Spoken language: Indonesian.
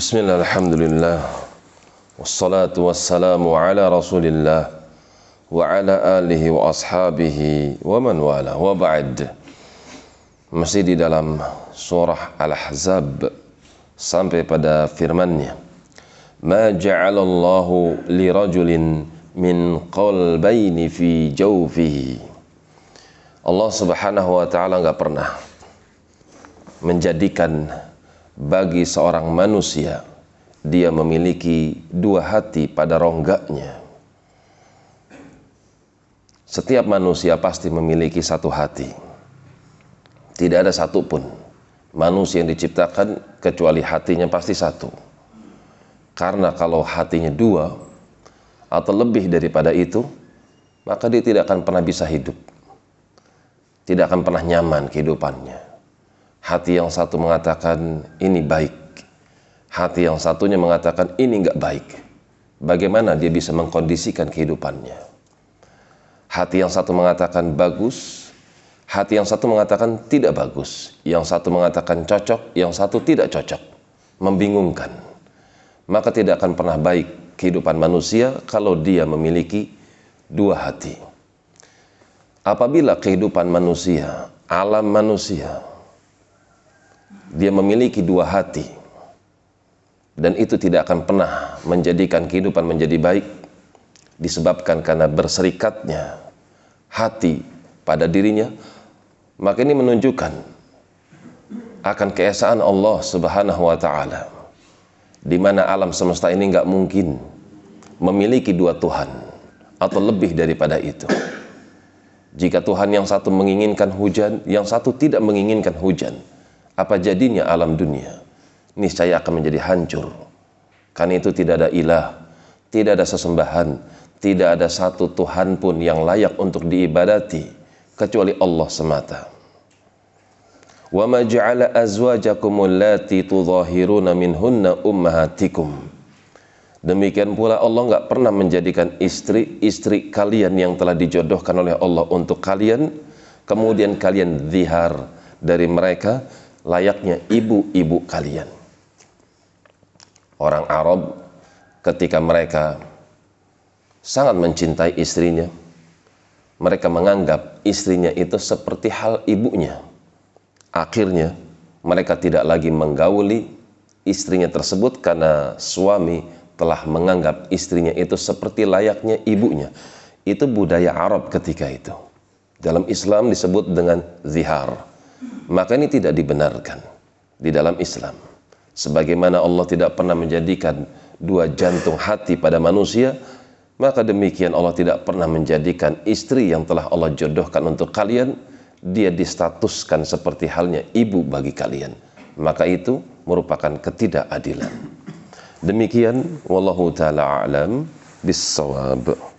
Bismillah, alhamdulillah, wassalatu wassalamu ala rasulillah wa ala alihi wa ashabihi wa man wala wa ba'd. Masih di dalam surah Al-Ahzab sampai pada firman-Nya, ma ja'alallahu li rajulin min qalbayni fi jawfihi. Allah subhanahu wa ta'ala enggak pernah menjadikan bagi seorang manusia dia memiliki dua hati pada rongganya. Setiap manusia pasti memiliki satu hati. Tidak ada satupun manusia yang diciptakan kecuali hatinya pasti satu. Karena kalau hatinya dua atau lebih daripada itu, maka dia tidak akan pernah bisa hidup. Tidak akan pernah nyaman kehidupannya. Hati yang satu mengatakan ini baik, hati yang satunya mengatakan ini enggak baik. Bagaimana dia bisa mengkondisikan kehidupannya? Hati yang satu mengatakan bagus, hati yang satu mengatakan tidak bagus, yang satu mengatakan cocok, yang satu tidak cocok. Membingungkan. Maka tidak akan pernah baik kehidupan manusia kalau dia memiliki dua hati. Apabila kehidupan manusia, alam manusia, dia memiliki dua hati, dan itu tidak akan pernah menjadikan kehidupan menjadi baik, disebabkan karena berserikatnya hati pada dirinya, maka ini menunjukkan akan keesaan Allah subhanahu wa ta'ala, di mana alam semesta ini nggak mungkin memiliki dua Tuhan atau lebih daripada itu. Jika Tuhan yang satu menginginkan hujan, yang satu tidak menginginkan hujan, apa jadinya alam dunia? Niscaya akan menjadi hancur. Karena itu tidak ada ilah, tidak ada sesembahan, tidak ada satu Tuhan pun yang layak untuk diibadati kecuali Allah semata. Wa ma ja'ala azwajakum allati tudhahiruna minhunna ummahatikum. Demikian pula Allah enggak pernah menjadikan istri-istri kalian yang telah dijodohkan oleh Allah untuk kalian, kemudian kalian zihar dari mereka layaknya ibu-ibu kalian. Orang Arab ketika mereka sangat mencintai istrinya, mereka menganggap istrinya itu seperti hal ibunya. Akhirnya mereka tidak lagi menggauli istrinya tersebut karena suami telah menganggap istrinya itu seperti layaknya ibunya. Itu budaya Arab ketika itu. Dalam Islam disebut dengan zihar. Maka ini tidak dibenarkan di dalam Islam. Sebagaimana Allah tidak pernah menjadikan dua jantung hati pada manusia, maka demikian Allah tidak pernah menjadikan istri yang telah Allah jodohkan untuk kalian, dia distatuskan seperti halnya ibu bagi kalian. Maka itu merupakan ketidakadilan. Demikian, wallahu ta'ala a'lam bis-shawab.